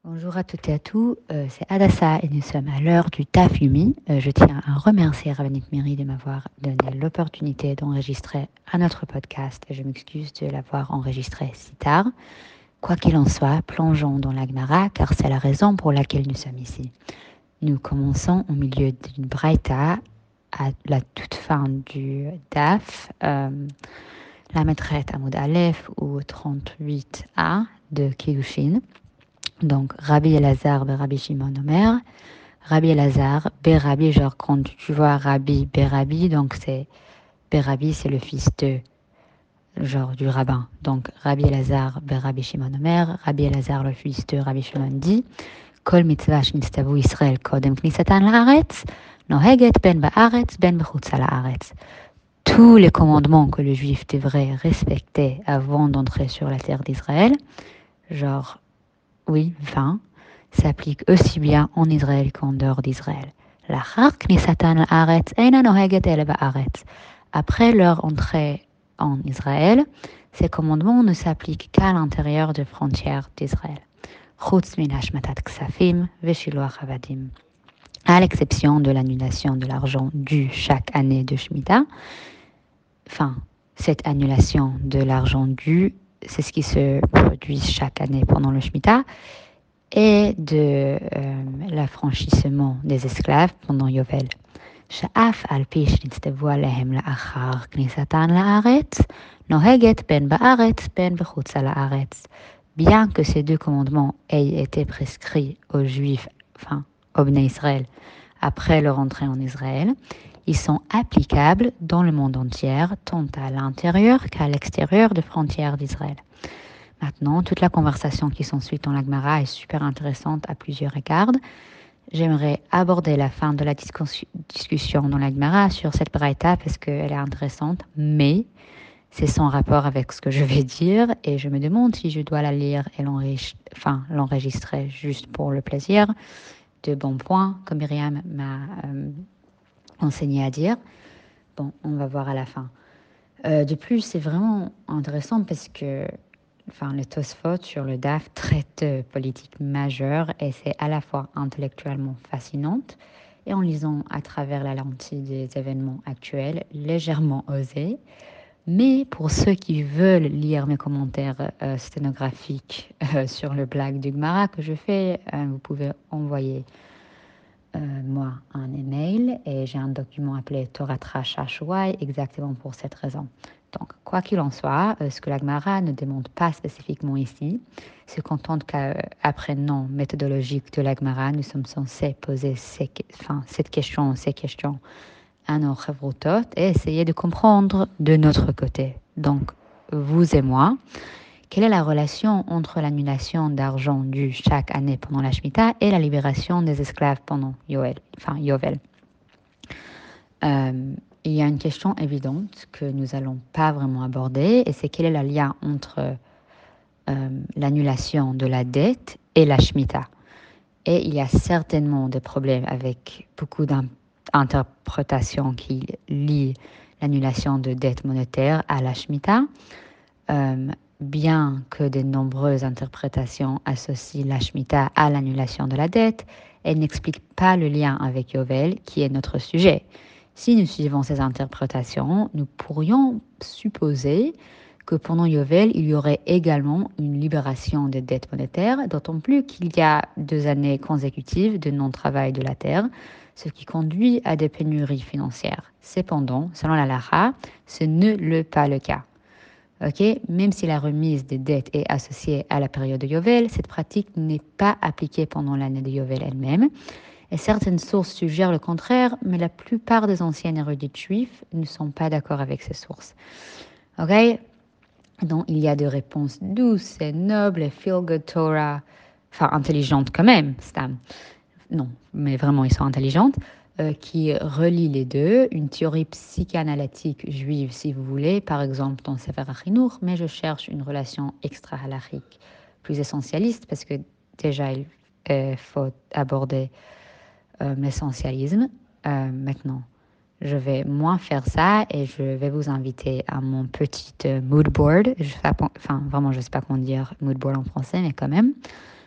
Bonjour à toutes et à tous, c'est Adassa et nous sommes à l'heure du Daf Yomi. Je tiens à remercier Rabbinit Miri de m'avoir donné l'opportunité d'enregistrer un autre podcast et je m'excuse de l'avoir enregistré si tard. Quoi qu'il en soit, plongeons dans la Gemara car c'est la raison pour laquelle nous sommes ici. Nous commençons au milieu d'une braïta à la toute fin du Daf, la maîtresse Amoud Aleph ou 38a de Kiddushin. Donc, Rabbi Elazar, Rabbi Shimon Omer, Rabbi Elazar, Berabi, genre quand tu vois Rabbi, Berabi, donc c'est Berabi, c'est le fils de, genre du rabbin. Donc, Rabbi Elazar, Berabi Shimon Omer, Rabbi Elazar, le fils de Rabbi Shimon dit, Kol mitzvah shnitztavu Israël kodem knisatan la'aretz, noheget ben ba'aretz, ben b'chutza la'aretz. Tous les commandements que le juif devrait respecter avant d'entrer sur la terre d'Israël, genre, oui, 20, s'applique aussi bien en Israël qu'en dehors d'Israël. Après leur entrée en Israël, ces commandements ne s'appliquent qu'à l'intérieur des frontières d'Israël. À l'exception de l'annulation de l'argent dû chaque année de Shemitah. Enfin, cette annulation de l'argent dû, c'est ce qui se produit chaque année pendant le Shemitah, et de l'affranchissement des esclaves pendant Yovel. שאף על פי שנצטוו עליהם לאחר כניסתן לארץ, נוהגת בין בארץ בין בחוצה לארץ. Bien que ces deux commandements aient été prescrits aux Juifs, enfin aux Bnei Israël, après leur entrée en Israël, ils sont applicables dans le monde entier, tant à l'intérieur qu'à l'extérieur des frontières d'Israël. Maintenant, toute la conversation qui s'ensuit dans la Gemara est super intéressante à plusieurs égards. J'aimerais aborder la fin de la discussion dans la Gemara sur cette braïta parce qu'elle est intéressante, mais c'est sans rapport avec ce que je vais dire et je me demande si je dois la lire et l'enregistrer juste pour le plaisir. De bons points, comme Myriam m'a enseigné à dire. Bon, on va voir à la fin. De plus, c'est vraiment intéressant parce que le Tosfot sur le DAF traite de politique majeure et c'est à la fois intellectuellement fascinante et en lisant à travers la lentille des événements actuels, légèrement osé. Mais pour ceux qui veulent lire mes commentaires sténographiques sur le blog du Gemara que je fais, vous pouvez envoyer moi un email et j'ai un document appelé Torah Trash HY exactement pour cette raison. Donc, quoi qu'il en soit, ce que la Gemara ne demande pas spécifiquement ici, se contente qu'après nom méthodologique de la Gemara, nous sommes censés poser ces questions à nos chevrotot et essayer de comprendre de notre côté. Donc, vous et moi, quelle est la relation entre l'annulation d'argent dû chaque année pendant la Shemitah et la libération des esclaves pendant Yovel? Il y a une question évidente que nous n'allons pas vraiment aborder et c'est quel est le lien entre l'annulation de la dette et la Shemitah. Et il y a certainement des problèmes avec beaucoup d'interprétations qui lient l'annulation de dette monétaire à la Shemitah. Bien que de nombreuses interprétations associent la Shemitah à l'annulation de la dette, elles n'expliquent pas le lien avec Yovel, qui est notre sujet. Si nous suivons ces interprétations, nous pourrions supposer que pendant Yovel, il y aurait également une libération des dettes monétaires, d'autant plus qu'il y a 2 années consécutives de non-travail de la terre, ce qui conduit à des pénuries financières. Cependant, selon la Lacha, ce n'est pas le cas. Même si la remise des dettes est associée à la période de Yovel, cette pratique n'est pas appliquée pendant l'année de Yovel elle-même. Et certaines sources suggèrent le contraire, mais la plupart des anciens érudits juifs ne sont pas d'accord avec ces sources. Donc, il y a des réponses douces et nobles et feel-good Torah, intelligentes quand même, Stam. Non, mais vraiment, ils sont intelligentes, qui relient les deux, une théorie psychanalytique juive, si vous voulez, par exemple dans Sefer HaChinuch, mais je cherche une relation extra-halachique plus essentialiste, parce que déjà, il faut aborder l'essentialisme. Maintenant, je vais moins faire ça et je vais vous inviter à mon petit mood board. Vraiment, je ne sais pas comment dire mood board en français, mais quand même.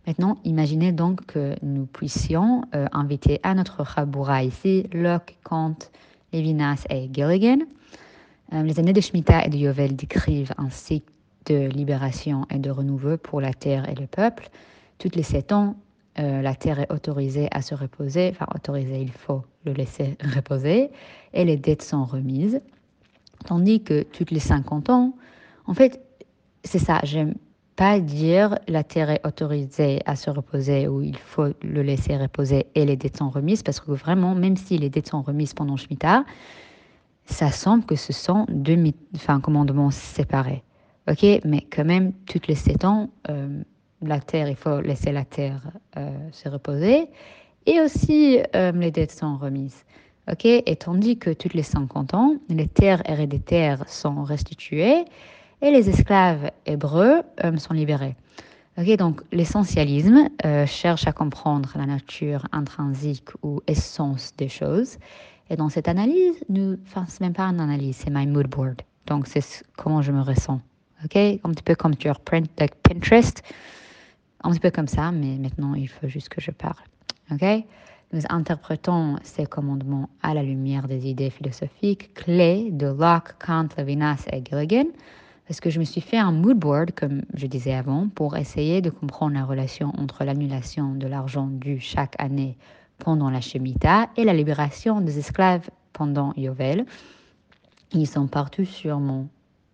Maintenant, imaginez donc que nous puissions inviter à notre Chabura ici Locke, Kant, Levinas et Gilligan. Les années de Shemitah et de Yovel décrivent un cycle de libération et de renouveau pour la terre et le peuple. Toutes les 7 ans, la terre est autorisée à se reposer, enfin autorisée, il faut le laisser reposer, et les dettes sont remises. Tandis que toutes les 50 ans, en fait, c'est ça, j'aime pas dire la terre est autorisée à se reposer ou il faut le laisser reposer et les dettes sont remises, parce que vraiment, même si les dettes sont remises pendant Shemitah, ça semble que ce sont deux commandements séparés. Ok, mais quand même, toutes les 7 ans, la terre, il faut laisser la terre se reposer et aussi les dettes sont remises. Ok, et tandis que toutes les 50 ans, les terres héréditaires sont restituées et les esclaves hébreux sont libérés. Ok, donc l'essentialisme cherche à comprendre la nature intrinsique ou essence des choses. Et dans cette analyse, c'est même pas une analyse, c'est my mood board. Donc c'est comment je me ressens. Ok, un petit peu comme sur Pinterest, un petit peu comme ça, mais maintenant il faut juste que je parle. Ok, nous interprétons ces commandements à la lumière des idées philosophiques clés de Locke, Kant, Levinas et Gilligan. Parce que je me suis fait un mood board, comme je disais avant, pour essayer de comprendre la relation entre l'annulation de l'argent dû chaque année pendant la Shemitah et la libération des esclaves pendant Yovel. Ils sont partout sur mon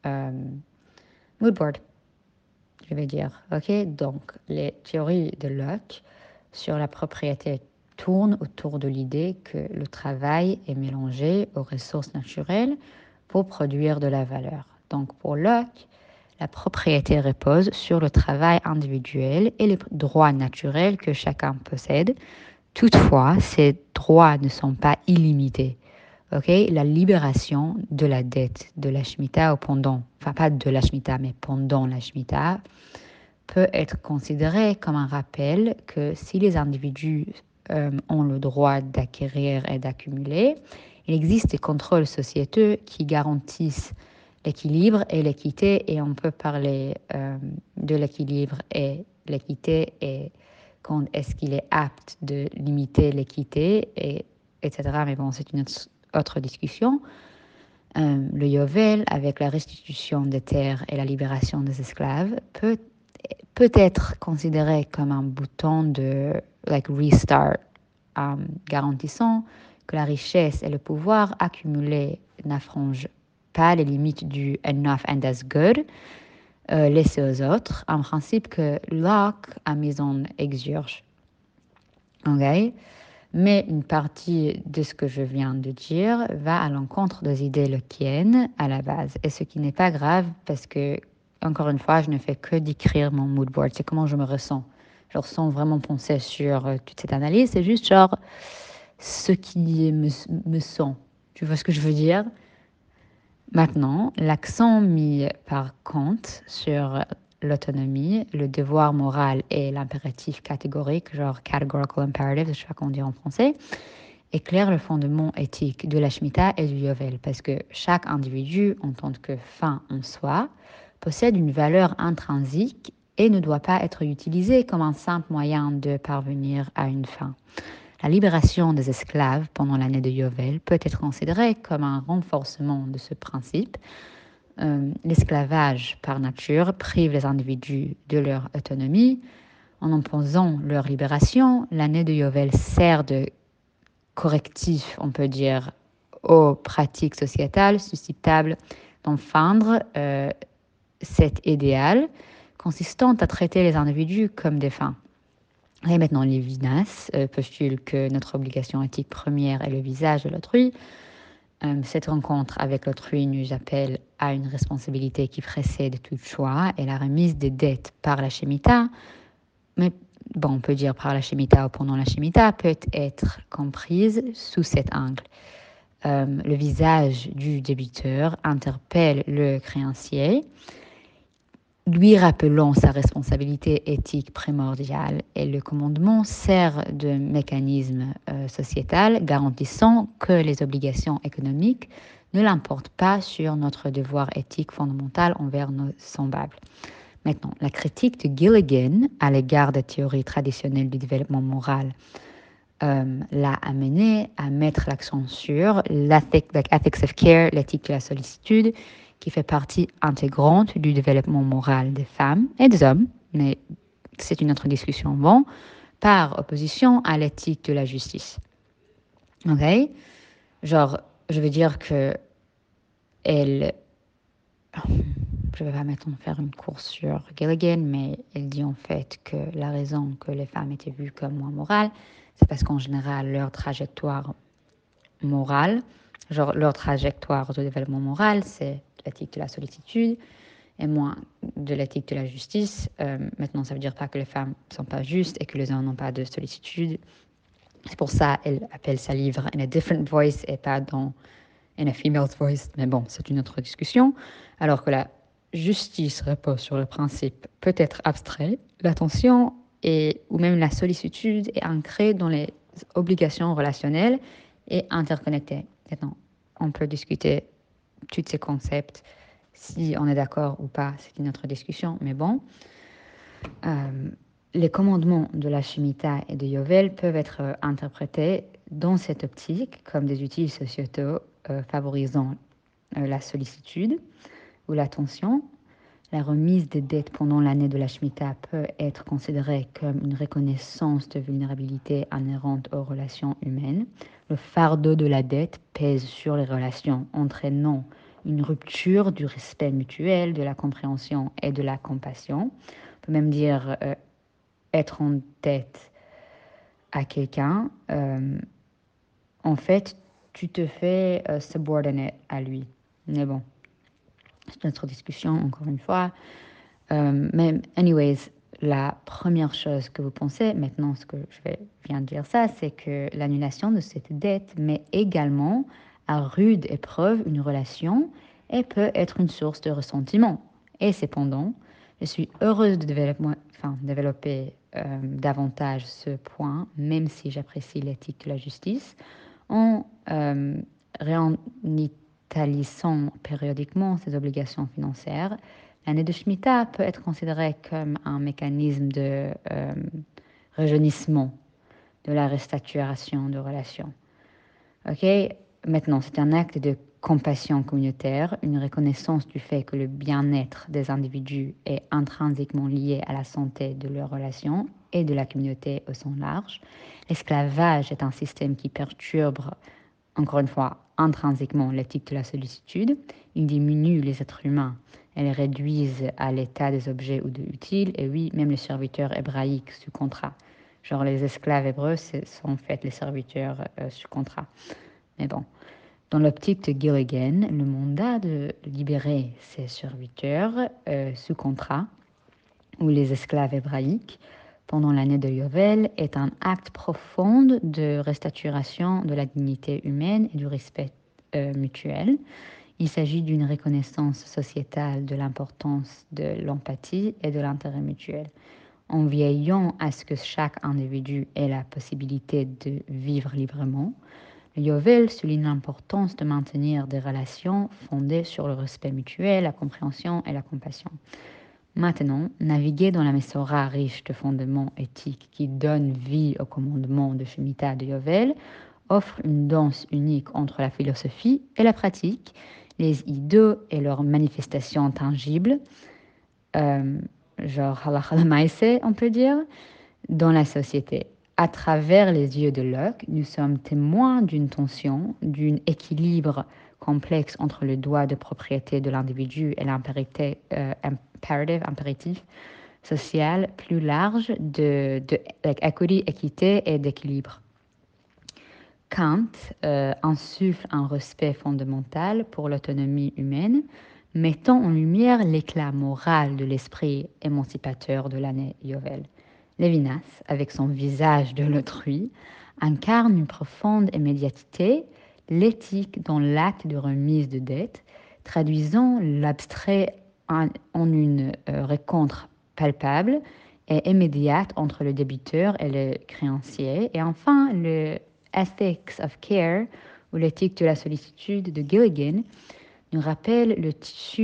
mood board, je vais dire. Ok, donc les théories de Locke sur la propriété tournent autour de l'idée que le travail est mélangé aux ressources naturelles pour produire de la valeur. Donc pour Locke, la propriété repose sur le travail individuel et les droits naturels que chacun possède. Toutefois, ces droits ne sont pas illimités. Okay? La libération de la dette de la Shemitah enfin pas de la Shemitah, mais pendant la Shemitah, peut être considérée comme un rappel que si les individus ont le droit d'acquérir et d'accumuler, il existe des contrôles sociétaux qui garantissent l'équilibre et l'équité, et on peut parler de l'équilibre et l'équité et quand est-ce qu'il est apte de limiter l'équité, etc. Mais bon, c'est une autre discussion. Le Yovel, avec la restitution des terres et la libération des esclaves, peut être considéré comme un bouton de restart, garantissant que la richesse et le pouvoir accumulés n'affranchissent pas les limites du enough and as good laissé aux autres, un principe que Locke a mis en exergue. Okay? Mais une partie de ce que je viens de dire va à l'encontre des idées lockiennes à la base. Et ce qui n'est pas grave parce que, encore une fois, je ne fais que décrire mon mood board. C'est comment je me ressens. Je ressens vraiment penser sur toute cette analyse. C'est juste genre ce qui me sent. Tu vois ce que je veux dire? Maintenant, l'accent mis par Kant sur l'autonomie, le devoir moral et l'impératif catégorique, genre categorical imperative, je ne sais pas comment dire en français, éclaire le fondement éthique de la Shemitah et du Yovel, parce que chaque individu, en tant que fin en soi, possède une valeur intrinsique et ne doit pas être utilisé comme un simple moyen de parvenir à une fin. La libération des esclaves pendant l'année de Yovel peut être considérée comme un renforcement de ce principe. L'esclavage, par nature, prive les individus de leur autonomie. En imposant leur libération, l'année de Yovel sert de correctif, on peut dire, aux pratiques sociétales susceptibles d'enfreindre cet idéal consistant à traiter les individus comme des fins. Et maintenant, Lévinas postule que notre obligation éthique première est le visage de l'autrui. Cette rencontre avec l'autrui nous appelle à une responsabilité qui précède tout choix et la remise des dettes par la Shemitah. Mais bon, on peut dire par la Shemitah ou pendant la Shemitah peut être comprise sous cet angle. Le visage du débiteur interpelle le créancier, lui rappelant sa responsabilité éthique primordiale, et le commandement sert de mécanisme sociétal garantissant que les obligations économiques ne l'emportent pas sur notre devoir éthique fondamental envers nos semblables. Maintenant, la critique de Gilligan à l'égard des théories traditionnelles du développement moral l'a amené à mettre l'accent sur l'ethics of care, l'éthique de la sollicitude, qui fait partie intégrante du développement moral des femmes et des hommes, mais c'est une autre discussion. Bon, par opposition à l'éthique de la justice. Ok? Genre, je veux dire que elle. Je ne vais pas maintenant faire une course sur Gilligan, mais elle dit en fait que la raison que les femmes étaient vues comme moins morales, c'est parce qu'en général, leur trajectoire morale, genre leur trajectoire de développement moral, c'est l'éthique de la sollicitude et moins de l'éthique de la justice. Maintenant, ça veut dire pas que les femmes ne sont pas justes et que les hommes n'ont pas de sollicitude. C'est pour ça qu'elle appelle sa livre In a Different Voice et pas dans In a Female's Voice. Mais bon, c'est une autre discussion. Alors que la justice repose sur le principe peut-être abstrait, l'attention ou même la sollicitude est ancrée dans les obligations relationnelles et interconnectées. Maintenant, on peut discuter tous ces concepts, si on est d'accord ou pas, c'est une autre discussion, mais bon. Les commandements de la Shemitah et de Yovel peuvent être interprétés dans cette optique comme des outils sociétaux favorisant la sollicitude ou l'attention. La remise des dettes pendant l'année de la Shemitah peut être considérée comme une reconnaissance de vulnérabilité inhérente aux relations humaines. Le fardeau de la dette pèse sur les relations, entraînant une rupture du respect mutuel, de la compréhension et de la compassion. On peut même dire être en dette à quelqu'un. En fait, tu te fais subordinate à lui. Mais bon, c'est une autre discussion, encore une fois. Mais anyways, la première chose que vous pensez, maintenant ce que viens de dire ça, c'est que l'annulation de cette dette met également à rude épreuve une relation et peut être une source de ressentiment. Et cependant, je suis heureuse de développer davantage ce point, même si j'apprécie l'éthique de la justice, en réinitialisant périodiquement ses obligations financières. L'année de Shemitah peut être considérée comme un mécanisme de rajeunissement de la restauration de relations. Ok, maintenant, c'est un acte de compassion communautaire, une reconnaissance du fait que le bien-être des individus est intrinsèquement lié à la santé de leurs relations et de la communauté au sens large. L'esclavage est un système qui perturbe, encore une fois, intrinsèquement l'éthique de la sollicitude. Il diminue les êtres humains et les réduisent à l'état des objets ou de utiles. Et oui, même les serviteurs hébraïques sous contrat. Genre les esclaves hébreux sont en fait les serviteurs sous contrat. Mais bon, dans l'optique de Gilligan, le mandat de libérer ses serviteurs sous contrat ou les esclaves hébraïques pendant l'année de Yovel est un acte profond de restauration de la dignité humaine et du respect mutuel. Il s'agit d'une reconnaissance sociétale de l'importance de l'empathie et de l'intérêt mutuel. En veillant à ce que chaque individu ait la possibilité de vivre librement, le Yovel souligne l'importance de maintenir des relations fondées sur le respect mutuel, la compréhension et la compassion. Maintenant, naviguer dans la Mesorah riche de fondements éthiques qui donnent vie au commandement de Shemitah de Yovel offre une danse unique entre la philosophie et la pratique, les idées et leurs manifestations tangibles, genre halakha lemaaseh, on peut dire, dans la société. À travers les yeux de Locke, nous sommes témoins d'une tension, d'un équilibre complexe entre le droit de propriété de l'individu et l'impératif social plus large de equity, équité et d'équilibre. Kant insuffle un respect fondamental pour l'autonomie humaine, mettant en lumière l'éclat moral de l'esprit émancipateur de l'année Yovel. Lévinas, avec son visage de l'autrui, incarne une profonde immédiateté, l'éthique dans l'acte de remise de dette, traduisant l'abstrait en une rencontre palpable et immédiate entre le débiteur et le créancier. Et enfin, le Ethics of Care, ou l'éthique de la sollicitude de Gilligan, nous rappelle le tissu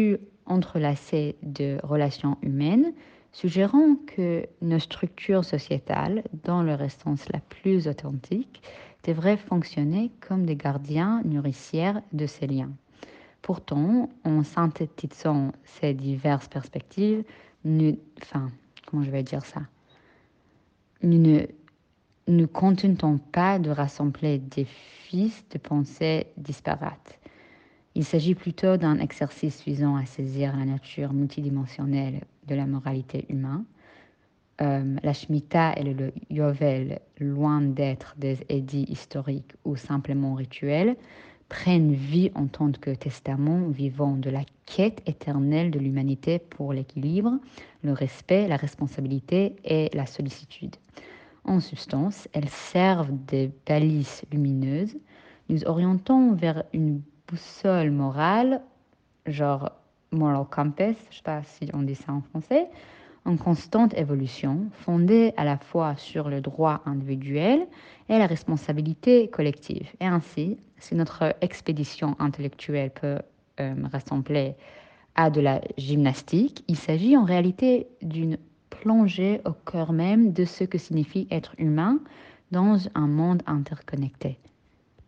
entrelacée de relations humaines, suggérant que nos structures sociétales, dans leur essence la plus authentique, devraient fonctionner comme des gardiens nourricières de ces liens. Pourtant, en synthétisant ces diverses perspectives, comment je vais dire ça? Nous ne nous contentons pas de rassembler des fils de pensée disparates. Il s'agit plutôt d'un exercice visant à saisir la nature multidimensionnelle de la moralité humaine. La Shemitah et le Yovel, loin d'être des édits historiques ou simplement rituels, prennent vie en tant que testament vivant de la quête éternelle de l'humanité pour l'équilibre, le respect, la responsabilité et la sollicitude. En substance, elles servent de balises lumineuses, nous orientant vers une boussole morale, genre moral compass, je ne sais pas si on dit ça en français, en constante évolution, fondée à la fois sur le droit individuel et la responsabilité collective. Et ainsi, si notre expédition intellectuelle peut ressembler à de la gymnastique, il s'agit en réalité d'une plongée au cœur même de ce que signifie être humain dans un monde interconnecté.